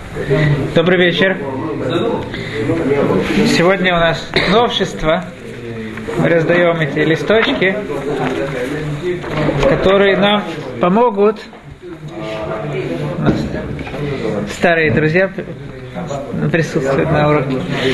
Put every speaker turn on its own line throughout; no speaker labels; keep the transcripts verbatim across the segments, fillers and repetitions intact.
Добрый вечер. Сегодня у нас новшество. Мы раздаем эти листочки, которые нам помогут. Старые друзья присутствуют на уроке.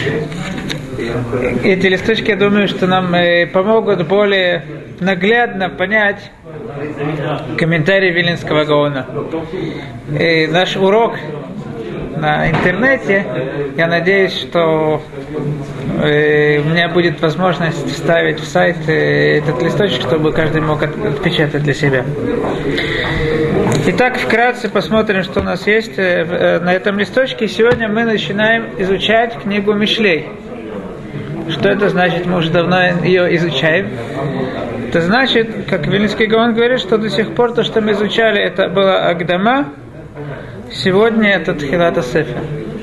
Эти листочки, я думаю, что нам помогут более наглядно понять комментарии Виленского Гаона. И наш урок на интернете, я надеюсь, что э, у меня будет возможность вставить в сайт э, этот листочек, чтобы каждый мог отпечатать для себя. Итак, вкратце посмотрим, что у нас есть э, на этом листочке. Сегодня мы начинаем изучать книгу Мишлей. Что это значит? Мы уже давно ее изучаем. Это значит, как Виленский Гаон говорит, что до сих пор то, что мы изучали, это было Агдама. Сегодня это Тхилат ха-Сефер.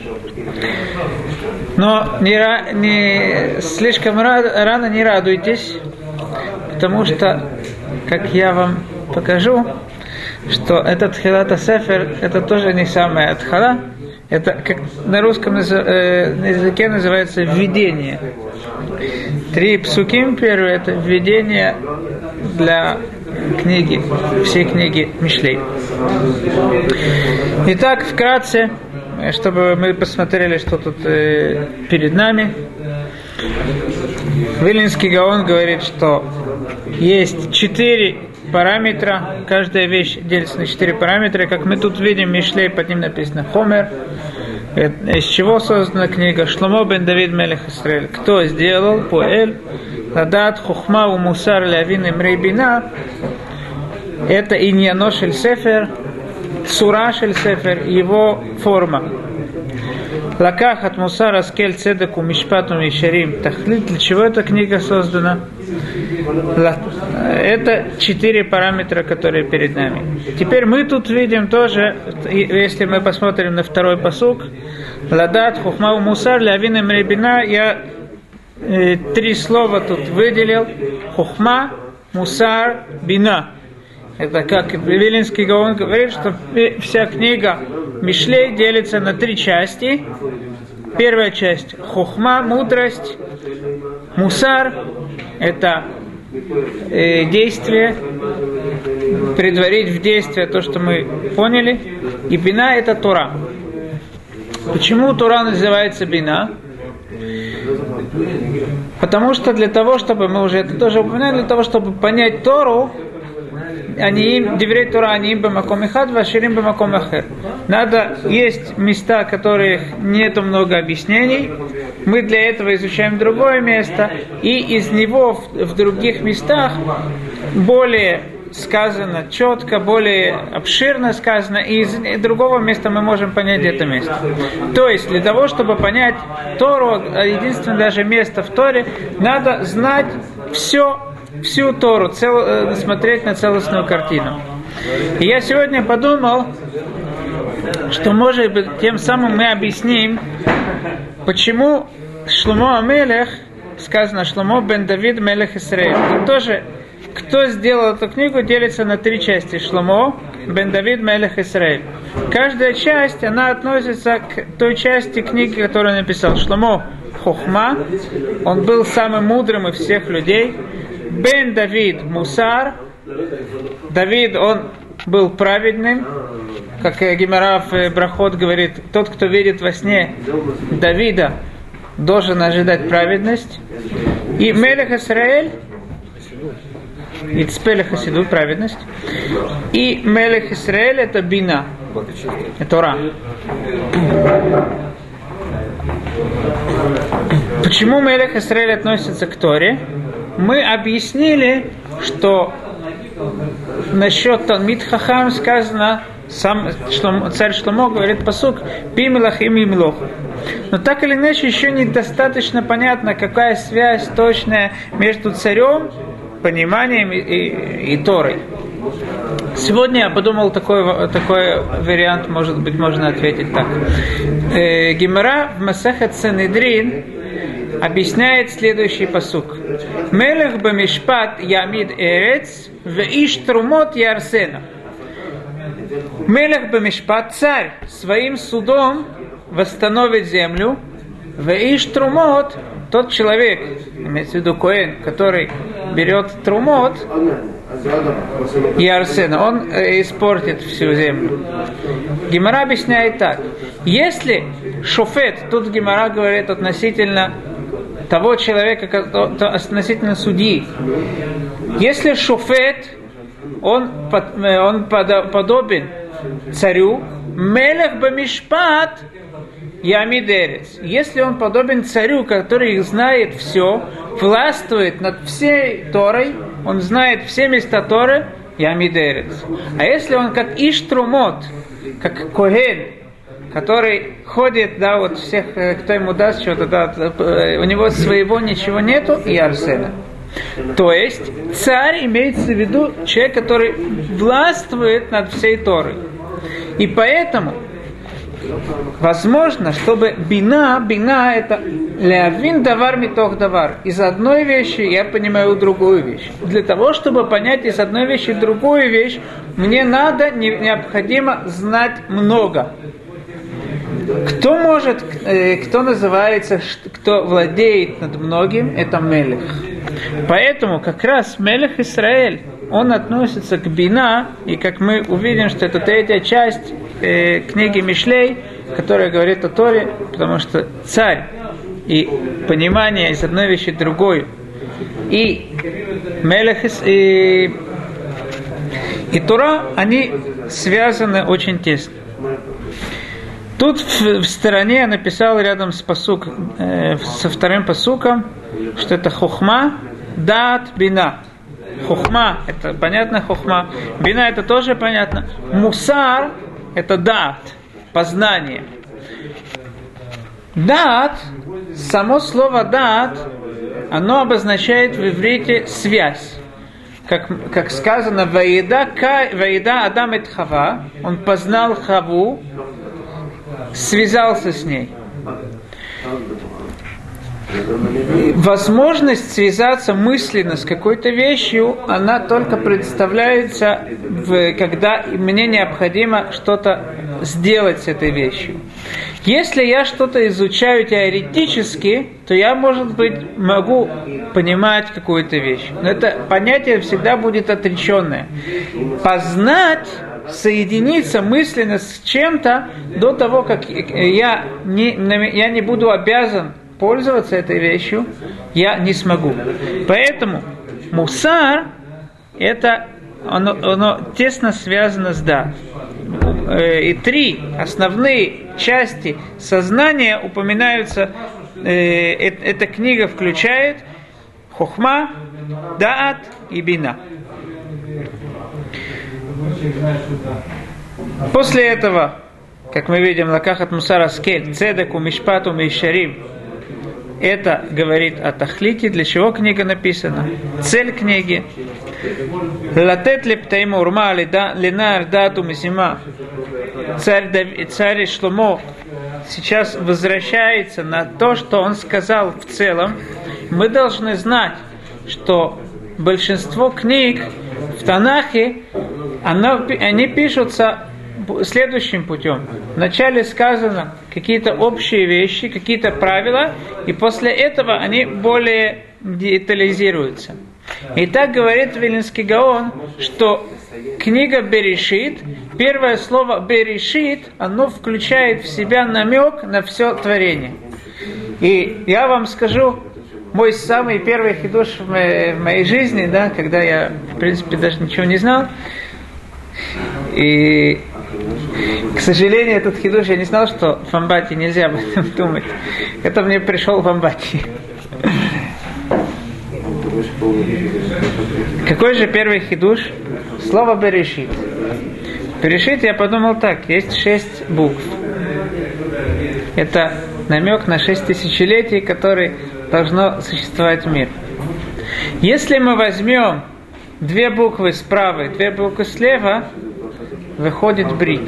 Но не, не, слишком рано не радуйтесь, потому что, как я вам покажу, что этот Тхилат ха-Сефер это тоже не самая Атхала. Это, как на русском э, на языке называется введение. Три псуким, первое, это введение для книги, всей книги Мишлей. Итак, вкратце, чтобы мы посмотрели, что тут э, перед нами. Виленский Гаон говорит, что есть четыре параметра, каждая вещь делится на четыре параметра. Как мы тут видим, Мишлей, под ним написано Хомер. Из чего создана книга? Шломо бен Давид мелех Исраэль. Кто сделал? Поэль. Ладат хухма у мусар лявин имрей бина. Это иньяно шель сефер, сура шель сефер, его форма. Лаках от мусара скель цедаку мишпату мишарим. Тахлит, для чего эта книга создана? Это четыре параметра, которые перед нами. Теперь мы тут видим тоже, если мы посмотрим на второй пасук, ладат хухма у мусар лявин имрей бина, я э, три слова тут выделил. Хухма, мусар, бина. Это как Виленский Гаон говорит, что вся книга Мишлей делится на три части. Первая часть – хухма, мудрость. Мусар – это э, действие, предварить в действие то, что мы поняли. И бина – это Тора. Почему Тора называется бина? Потому что для того, чтобы, мы уже это тоже упоминали, для того, чтобы понять Тору, они им, Деврей Тора, они им бамаком ихад, ваширим бамаком ахер. Надо, есть места, которых нету много объяснений. Мы для этого изучаем другое место. И из него в, в других местах более сказано четко, более обширно сказано. И из другого места мы можем понять это место. То есть, для того, чтобы понять Тору, единственное даже место в Торе, надо знать все, всю Тору, цел, смотреть на целостную картину. И я сегодня подумал, что, может быть, тем самым мы объясним, почему Шломо а-Мелех, сказано Шломо бен Давид мелех Исраэль. И тоже, кто сделал эту книгу, делится на три части. Шломо бен Давид мелех Исраэль. Каждая часть, она относится к той части книги, которую он написал. Шломо хохма, он был самым мудрым из всех людей. Бен Давид мусар, Давид, он был праведным, как Гемара в Брахот говорит, тот, кто видит во сне Давида, должен ожидать праведность. И Мелех Исраэль, Ицпелех Хасиду, праведность. И Мелех Исраэль это бина, это Тора. Почему Мелех Исраэль относится к Торе? Мы объяснили, что насчет Талмид Хахам сказано, сам Шломо, царь Шломо говорит пасук «Пимилах и мимилох». Но так или иначе еще недостаточно понятно, какая связь точная между царем, пониманием и, и, и Торой. Сегодня я подумал, такой, такой вариант, может быть, можно ответить так. Э, Гемара в Масехет Санедрин объясняет следующий пасук. Мелех бамишпат ямид эрец веиш трумот ярсена. Мелех бемишпат, царь своим судом восстановит землю. Веиш трумот, тот человек, имеется в виду коэн, который берет трумот и арсена, он испортит всю землю. Гемара объясняет так. Если шофет, тут Гемара говорит относительно того человека, относительно судьи. Если шофет, он, он подобен царю, мелех бамишпат, ямидерец. Если он подобен царю, который знает все, властвует над всей Торой, он знает все места Торы, ямидерец. А если он как Иштрумот, как Коэн, который ходит, да, вот всех, кто ему даст что-то, да, у него своего ничего нету, и арсена. То есть царь имеется в виду человек, который властвует над всей Торой. И поэтому возможно, чтобы бина, бина это леавин давар митох давар. Из одной вещи я понимаю другую вещь. Для того, чтобы понять из одной вещи другую вещь, мне надо, необходимо знать много. Кто может, кто называется, кто владеет над многим, это мелех. Поэтому как раз мелех Исраэль, он относится к бина, и как мы увидим, что это третья часть э, книги Мишлей, которая говорит о Торе, потому что царь и понимание из одной вещи другой, и мелех и, и Тора, они связаны очень тесно. Тут в, в стороне я написал рядом с пасук, э, со вторым пасуком, что это хохма, дат, бина. Хохма – это понятно, хохма. Бина – это тоже понятно. Мусар – это дат, познание. Дат, само слово дат, оно обозначает в иврите связь. Как, как сказано, «Ваида Адам эт Хава», он познал Хаву, связался с ней. Возможность связаться мысленно с какой-то вещью, она только представляется, в, когда мне необходимо что-то сделать с этой вещью. Если я что-то изучаю теоретически, то я, может быть, могу понимать какую-то вещь. Но это понятие всегда будет отреченное. Познать, соединиться мысленно с чем-то до того, как я не, я не буду обязан пользоваться этой вещью, я не смогу. Поэтому мусар это оно, оно тесно связано с дат. И три основные части сознания упоминаются. Эта книга включает хохма, даат и бина. После этого, как мы видим, лакахат мусар аскель, цедеку, мишпату, мишарим. Это говорит о тахлите, для чего книга написана. Цель книги. Латет лептаиму урма ленар дату мисима. Царь, царь Шломо сейчас возвращается на то, что он сказал в целом. Мы должны знать, что большинство книг в Танахе, оно, они пишутся следующим путем. Вначале сказано какие-то общие вещи, какие-то правила, и после этого они более детализируются. И так говорит Вилинский Гаон, что книга Берешит, первое слово Берешит, оно включает в себя намек на все творение. И я вам скажу, мой самый первый хидуш в моей, в моей жизни, да, когда я, в принципе, даже ничего не знал, и, к сожалению, этот хидуш, я не знал, что в Амбате нельзя об этом думать. Это мне пришел в Амбате. Какой же первый хидуш? Слово Берешит. Берешит, я подумал так, есть шесть букв. Это намек на шесть тысячелетий, которые должно существовать мир. Если мы возьмем две буквы справа и две буквы слева, выходит брит.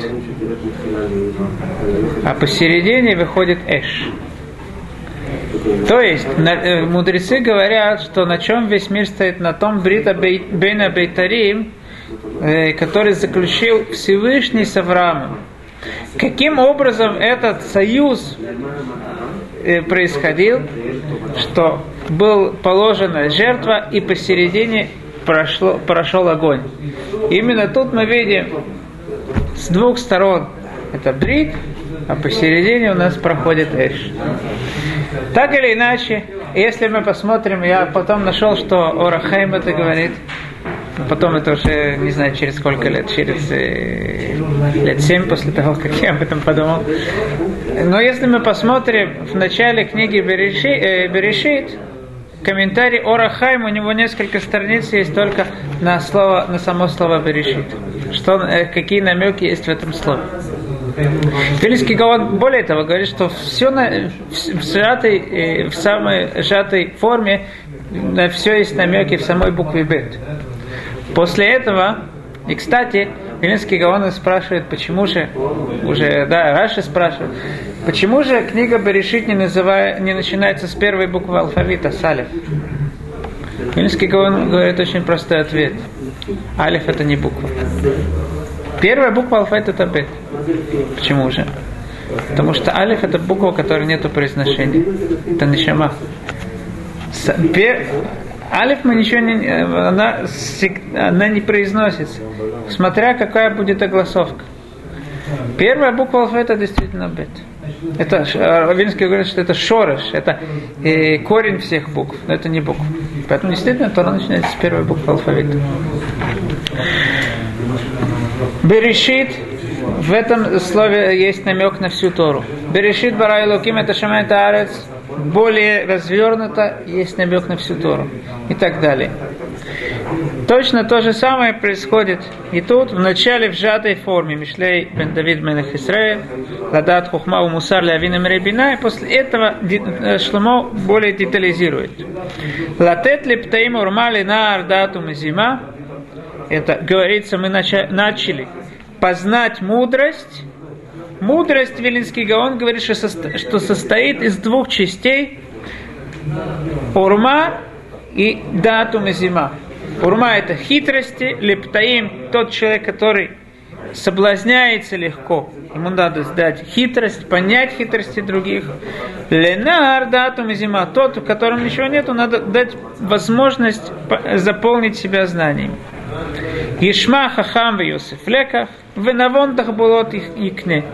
А посередине выходит эш. То есть мудрецы говорят, что на чем весь мир стоит, на том брита бейна бейтарим, который заключил Всевышний с Авраамом. Каким образом этот союз происходил, что был положена жертва и посередине прошло, прошел огонь. Именно тут мы видим с двух сторон это брит, а посередине у нас проходит эш. Так или иначе, если мы посмотрим, я потом нашел, что Ор ха-Хаим это говорит, потом это уже, не знаю, через сколько лет, через э, лет семь после того, как я об этом подумал. Но если мы посмотрим в начале книги Берешит, э, Берешит комментарий Ор ха-Хаим, у него несколько страниц есть только на, слово, на само слово Берешит. Что, э, какие намеки есть в этом слове. Вильнюсский Гаон, более того, говорит, что все на, в, в, сжатой, в самой сжатой форме на все есть намеки в самой букве Бет. После этого, и кстати, Вильнюсский Гаон спрашивает, почему же, уже, да, Раши спрашивает, почему же книга Берешит не, называя, не начинается с первой буквы алфавита, с алиф? Вильнюсский Гаон говорит очень простой ответ. Алиф это не буква. Первая буква алфавита это бет. Почему же? Потому что алиф это буква, у которой нету произношения. Это нишама. Алиф мы ничего не, она, она не произносится, смотря какая будет огласовка. Первая буква алфавита действительно бет. Это Вильнюсский говорит, что это шореш, это э, корень всех букв, но это не буква. Поэтому действительно Тора начинается с первой буквы алфавита. Берешит, в этом слове есть намек на всю Тору. Берешит бара Элоким это шамай таарец, более развернуто есть намек на всю Тору. И так далее. Точно то же самое происходит и тут, в начале в сжатой форме. Мишлей бен Давид мелех Исраэль, ладат хухма у мусар лявинам ребина, и после этого Шломо более детализирует. Латет лептаим урмали на ардату мезима. Это, говорится, мы начали познать мудрость. Мудрость, Вильнюсский Гаон говорит, что состоит из двух частей. Урма и дату мезима. Урма это хитрости, лептаим, тот человек, который соблазняется легко. Ему надо сдать хитрость, понять хитрости других. Ленар дату мезима, тот, у которого ничего нету, надо дать возможность заполнить себя знаниями. Ишма хахам в Йосеф леках, в навон тахбулот икне.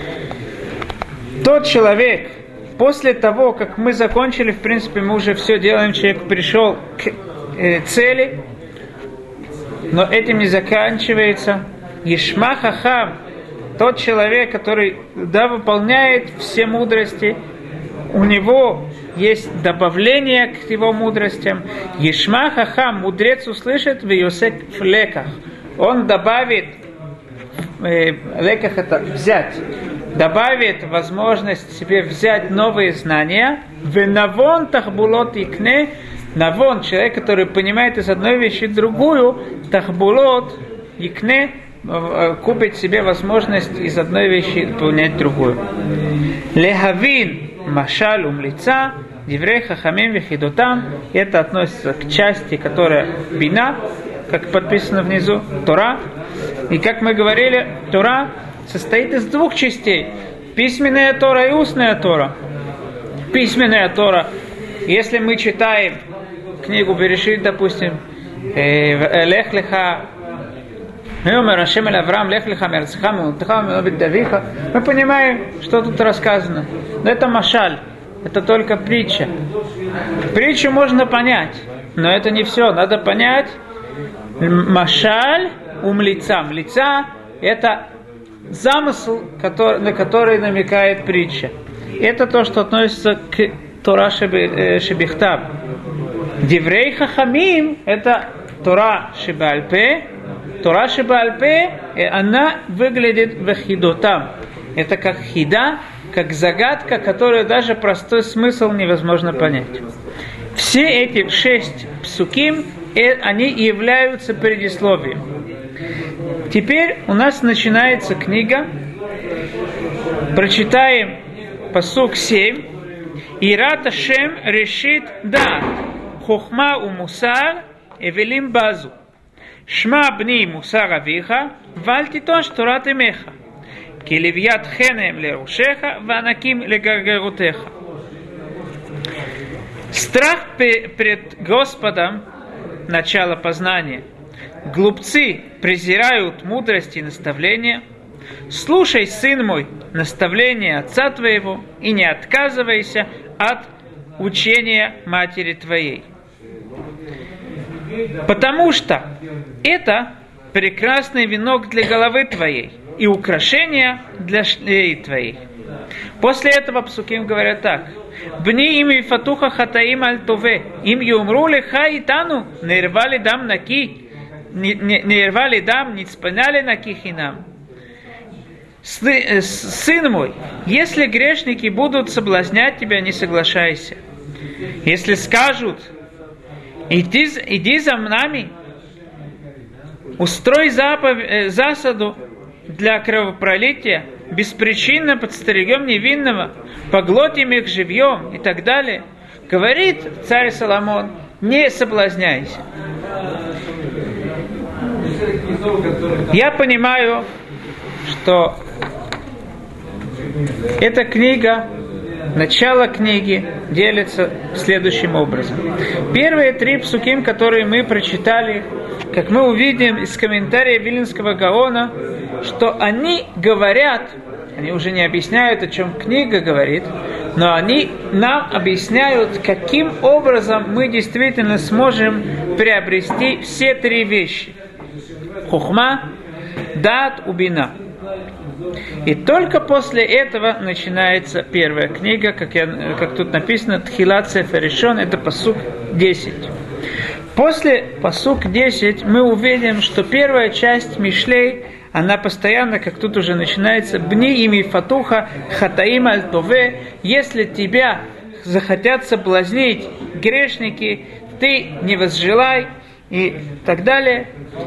Тот человек, после того, как мы закончили, в принципе, мы уже все делаем, человек пришел к э, цели, но этим не заканчивается. Ишма хахам, тот человек, который, да, выполняет все мудрости, у него есть добавление к его мудростям. Ишма хахам, мудрец услышит в Йосеф леках. Он добавит, э, леках это взять, добавит возможность себе взять новые знания. В навон тахбулот икне, навон, человек, который понимает из одной вещи другую, тахбулот икне, купит себе возможность из одной вещи понять другую. Лехавин машаль умлица, диврей хахамим вехидотам. Это относится к части, которая бина, как подписано внизу, Тора. И как мы говорили, Тора состоит из двух частей. Письменная Тора и устная Тора. Письменная Тора. Если мы читаем книгу Берешит, допустим, Лех леха, мы понимаем, что тут сказано. Но это машаль, это только притча. Притчу можно понять, но это не все. Надо понять машаль умлицам. Лица – это замысл, который, на который намекает притча. Это то, что относится к Тора шебихтаб. Диврей хахамим – это Тора шебальпе. Тора шебальпе, она выглядит вехидотам. Это как хида, как загадка, которую даже простой смысл невозможно понять. Все эти шесть псуким, они являются предисловием. Теперь у нас начинается книга. Прочитаем пасук семь. Ират Ашем решит дат, хохма у мусар, эвелим базу. Шма бни мусар авиха, валь титош торат эмеха. Килевьят хенем лерушеха, ванаким легаргарутеха. Страх перед Господом – начало познания. Глупцы презирают мудрость и наставление. Слушай, сын мой, наставление отца твоего, и не отказывайся от учения матери твоей. Потому что это прекрасный венок для головы твоей и украшение для шлеи твоей. После этого псуким говорят так. Бни ими фатуха хатаим аль-тове, им юмру леха итану, не рвали дам наки, не рвали дам, не спаняли наки хинам. Сын мой, если грешники будут соблазнять тебя, не соглашайся. Если скажут, иди, иди за нами, устрой заповедь, засаду для кровопролития, беспричинно подстерегем невинного, поглотим их живьем и так далее. Говорит царь Соломон, не соблазняйся. Я понимаю, что эта книга, начало книги делится следующим образом. Первые три псуким, которые мы прочитали, как мы увидим из комментария Вилнинского Гаона, что они говорят, они уже не объясняют, о чем книга говорит, но они нам объясняют, каким образом мы действительно сможем приобрести все три вещи. Хухма, дат, убина. И только после этого начинается первая книга, как, я, как тут написано, Тхилат Сефер Ришон, это пасук десять. После пасук десять мы увидим, что первая часть Мишлей, она постоянно, как тут уже начинается, бни ими фатуха хатаим аль-тове, если тебя захотят соблазнить грешники, ты не возжелай, и так далее.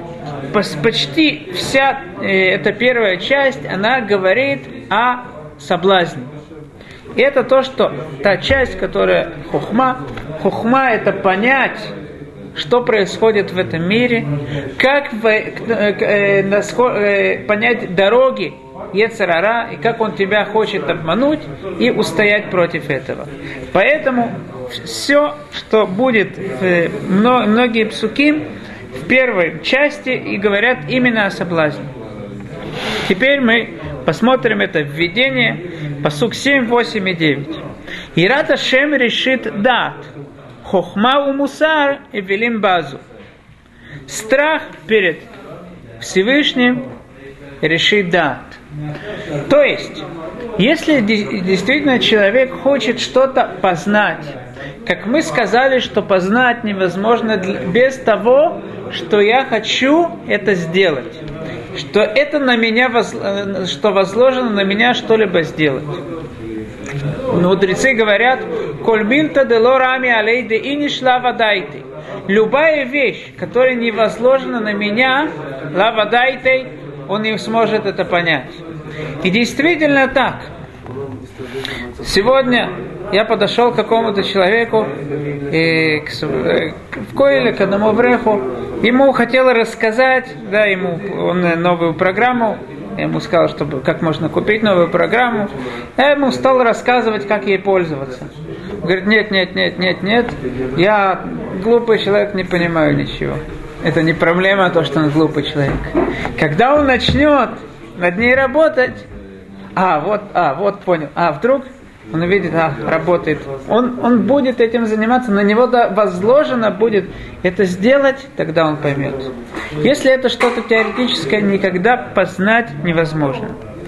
Почти вся э, эта первая часть, она говорит о соблазне. И это то, что та часть, которая хухма, хухма это понять, что происходит в этом мире, как в, э, э, э, понять дороги йецер ара, и как он тебя хочет обмануть, и устоять против этого. Поэтому все, что будет в многие псуким, в первой части и говорят именно о соблазне. Теперь мы посмотрим это введение, пасук семь, восемь и девять. Ират Ашем решит дат, хохма у мусар и велим базу. Страх перед Всевышним решит дат. То есть, если действительно человек хочет что-то познать, как мы сказали, что познать невозможно без того, что я хочу это сделать, что это на меня, что возложено на меня что-либо сделать. Мудрецы говорят, «Коль мильта де лорами алейде и не шла вадайте». Любая вещь, которая не возложена на меня, лавадайте, он не сможет это понять. И действительно так. Сегодня я подошел к какому-то человеку и к, в Койле, к одному бреху. Ему хотел рассказать, да, ему он новую программу. Я ему сказал, чтобы, как можно купить новую программу. Я ему стал рассказывать, как ей пользоваться. Он говорит, нет, нет, нет, нет, нет. Я глупый человек, не понимаю ничего. Это не проблема, то, что он глупый человек. Когда он начнет над ней работать, а, вот, а, вот понял, а, вдруг он увидит, а, работает. Он, он будет этим заниматься, на него возложено будет это сделать, тогда он поймет. Если это что-то теоретическое, никогда познать невозможно.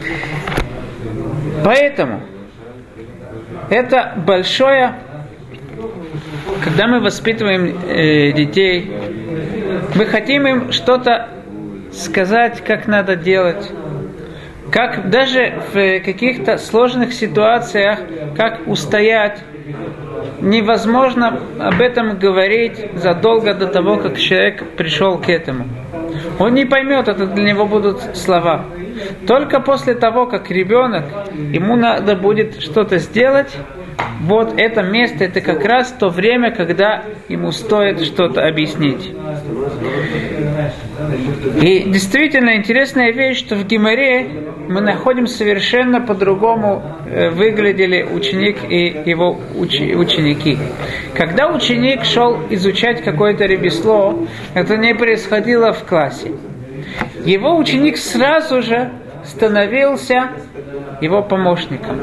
Поэтому это большое, когда мы воспитываем э, детей, мы хотим им что-то сказать, как надо делать. Как даже в каких-то сложных ситуациях, как устоять, невозможно об этом говорить задолго до того, как человек пришел к этому. Он не поймет, это для него будут слова. Только после того, как ребенок, ему надо будет что-то сделать, вот это место, это как раз то время, когда ему стоит что-то объяснить. И действительно интересная вещь, что в Гемаре мы находим совершенно по-другому э, выглядели ученик и его уч- ученики. Когда ученик шел изучать какое-то ремесло, это не происходило в классе. Его ученик сразу же становился его помощником.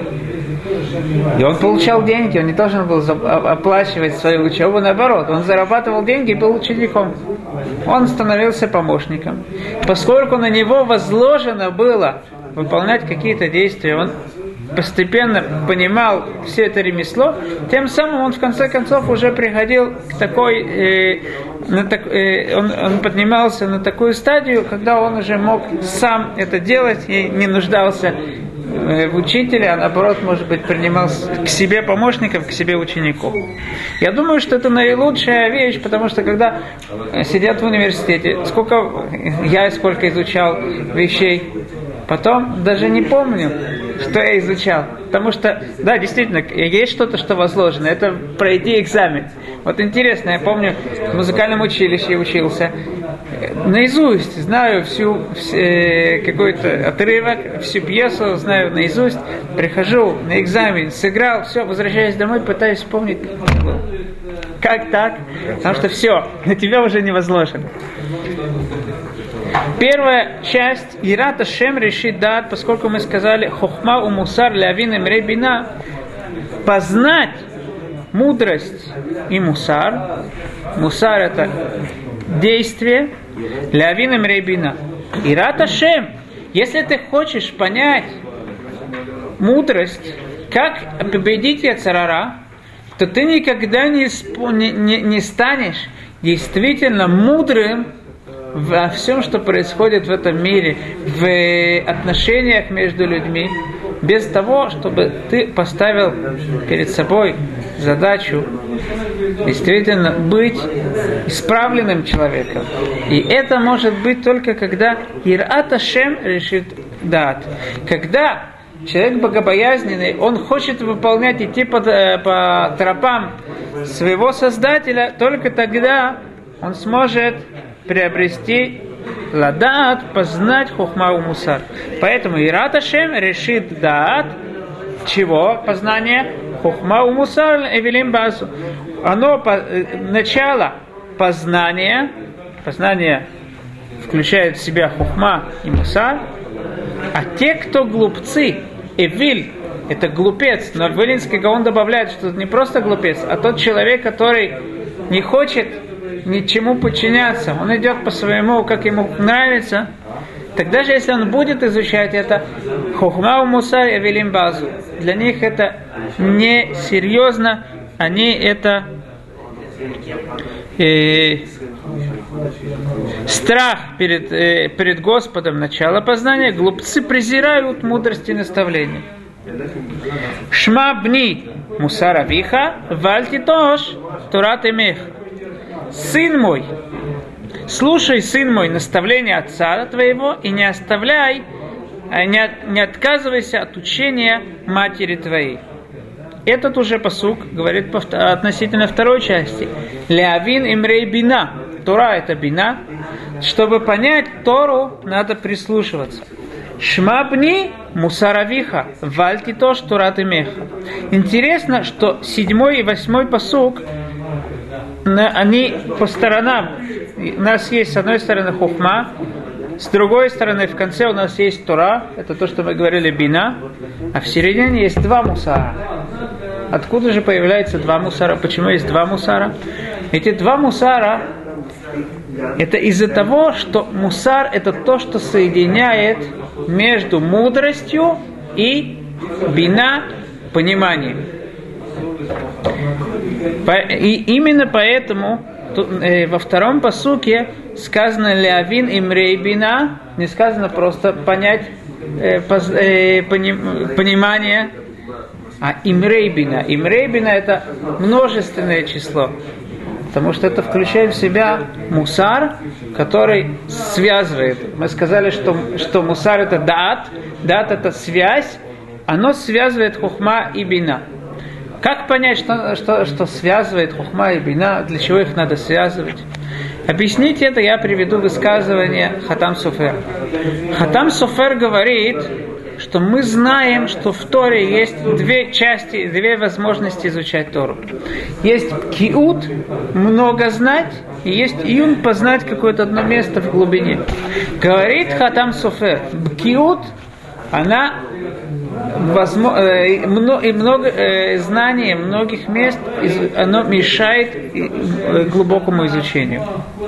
И он получал деньги, он не должен был оплачивать свою учебу, наоборот, он зарабатывал деньги и был учеником. Он становился помощником. Поскольку на него возложено было выполнять какие-то действия, он постепенно понимал все это ремесло, тем самым он в конце концов уже приходил к такой, э, на так, э, он, он поднимался на такую стадию, когда он уже мог сам это делать и не нуждался э, в учителе, а наоборот, может быть, принимал к себе помощников, к себе учеников. Я думаю, что это наилучшая вещь, потому что когда сидят в университете, сколько я сколько изучал вещей, потом даже не помню, что я изучал. Потому что, да, действительно, есть что-то, что возложено. Это пройти экзамен. Вот интересно, я помню, в музыкальном училище учился. Наизусть знаю всю, все, какой-то отрывок, всю пьесу знаю наизусть. Прихожу на экзамен, сыграл, все, возвращаюсь домой, пытаюсь вспомнить, как так. Потому что все, на тебя уже не возложено. Первая часть Ират Ашем решит дат, поскольку мы сказали хохма у мусар лявин эмрей бина, познать мудрость и мусар. Мусар это действие, лявин эмрей бина. Ират Ашем, если ты хочешь понять мудрость, как победить яцерара, то ты никогда не, не, не станешь действительно мудрым во всем, что происходит в этом мире, в отношениях между людьми, без того, чтобы ты поставил перед собой задачу действительно быть исправленным человеком. И это может быть только когда Ират Ашем решит дат. Когда человек богобоязненный, он хочет выполнять, идти по, по тропам своего Создателя, только тогда он сможет приобрести ладаат, познать хохма у мусар. Поэтому Ират Ашем решит даат, чего? Познание хохма у мусар эвелим базу. Оно, начало познания, познание включает в себя хохма и мусар, а те, кто глупцы, эвиль, это глупец, но в Илинский Гаон добавляет, что это не просто глупец, а тот человек, который не хочет ничему подчиняться, он идет по своему, как ему нравится, тогда же, если он будет изучать это, хохма у мусар эвелим базу, для них это не серьезно, они это э, страх перед, э, перед Господом, начало познания, глупцы презирают мудрость и наставление. Шма бни мусар авиха, вальти тош турат эмех. Сын мой, слушай, сын мой, наставление отца твоего и не оставляй, не, не отказывайся от учения матери твоей. Этот уже пасук говорит относительно второй части. Леавин имрей бина. Тора это бина. Чтобы понять Тору, надо прислушиваться. Шмабни мусаравиха, вальти тош турат имеха. Интересно, что седьмой и восьмой пасук, они по сторонам. У нас есть с одной стороны хухма, с другой стороны в конце у нас есть Тора, это то, что мы говорили, бина, а в середине есть два мусара. Откуда же появляется два мусара? Почему есть два мусара? Эти два мусара, это из-за того, что мусар это то, что соединяет между мудростью и бина, пониманием. И именно поэтому тут, э, во втором пасуке сказано леавин имрей бина, не сказано просто понять э, поз, э, поним, понимание, а имрей бина. Имрей бина это множественное число, потому что это включает в себя мусар, который связывает. Мы сказали, что, что мусар это даат, даат это связь, оно связывает хухма и бина. Как понять, что, что, что связывает хухма и бина, для чего их надо связывать? Объяснить это я приведу высказывание Хатам Софер. Хатам Софер говорит, что мы знаем, что в Торе есть две части, две возможности изучать Тору. Есть киут, много знать, и есть июн, познать какое-то одно место в глубине. Говорит Хатам Софер, киут, она возможно, э, много, и много э, знаний многих мест, оно мешает э, глубокому изучению.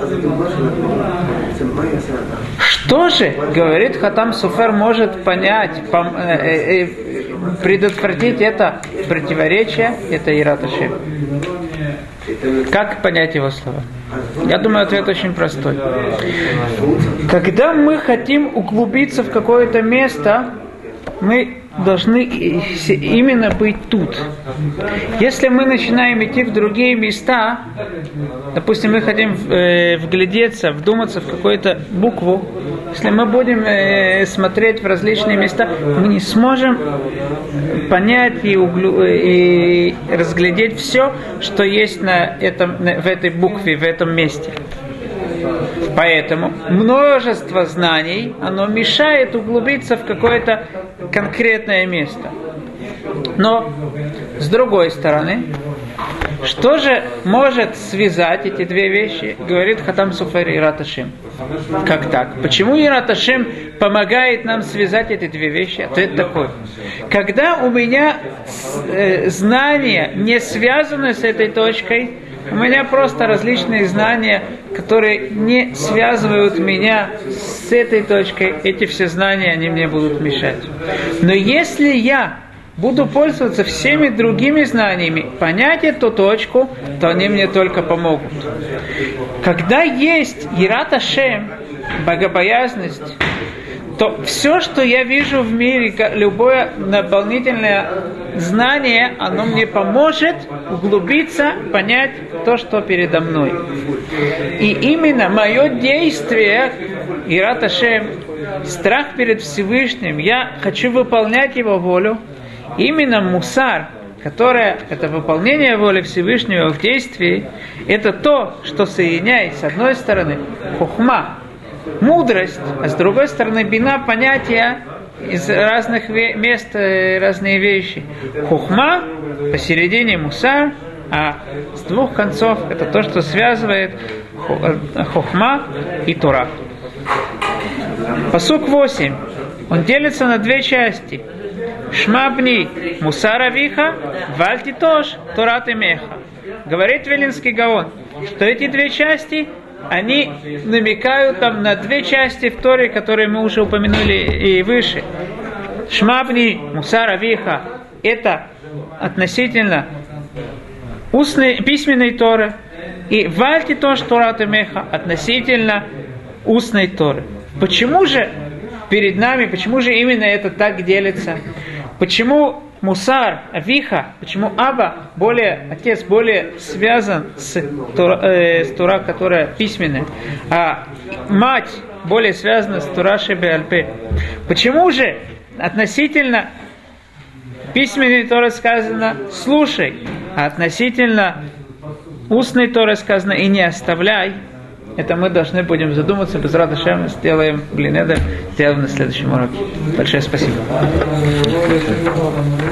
Что же, говорит Хатам Софер, может понять, пом, э, э, предотвратить это противоречие, это Ират Ашем? Как понять его слова? Я думаю, ответ очень простой. Когда мы хотим углубиться в какое-то место, мы должны именно быть тут. Если мы начинаем идти в другие места, допустим, мы хотим э, вглядеться, вдуматься в какую-то букву, если мы будем э, смотреть в различные места, мы не сможем понять и, углу, и разглядеть все, что есть на этом, в этой букве, в этом месте. Поэтому множество знаний, оно мешает углубиться в какое-то конкретное место. Но, с другой стороны, что же может связать эти две вещи, говорит Хатам Софер и Ират Ашем. Как так? Почему Ират Ашем помогает нам связать эти две вещи? Ответ такой. Когда у меня э, знания не связаны с этой точкой, у меня просто различные знания, которые не связывают меня с этой точкой. Эти все знания, они мне будут мешать. Но если я буду пользоваться всеми другими знаниями, понять эту точку, то они мне только помогут. Когда есть Ират Ашем, богобоязненность, то все, что я вижу в мире, любое дополнительное знание, оно мне поможет углубиться, понять то, что передо мной. И именно мое действие, Ират Ашем, страх перед Всевышним, я хочу выполнять его волю, именно мусар, которое, это выполнение воли Всевышнего в действии, это то, что соединяет, с одной стороны, хохма, мудрость, а с другой стороны бина, понятия из разных ве- мест, разные вещи. Хухма, посередине мусар, а с двух концов это то, что связывает хухма и Тора. Пасук восемь. Он делится на две части. Шмабни мусар авиха, вальти тош, Торат имеха. Говорит Вилинский Гаон, что эти две части они намекают там на две части в Торе, которые мы уже упомянули и выше. Шмабни, мусар авиха, это относительно устной, письменной Торы, и вальти тош Торат имеха относительно устной Торы. Почему же перед нами, почему же именно это так делится? Почему мусар, авиха, почему Аба, более, отец, более связан с Тора, э, с Тора, которая письменная, а мать более связана с Тора Шебе-Аль-Пе? Почему же относительно письменной Торы сказано «слушай», а относительно устной Торы сказано «и не оставляй»? Это мы должны будем задуматься, без рада Шем, сделаем блин, это сделаем на следующем уроке. Большое спасибо.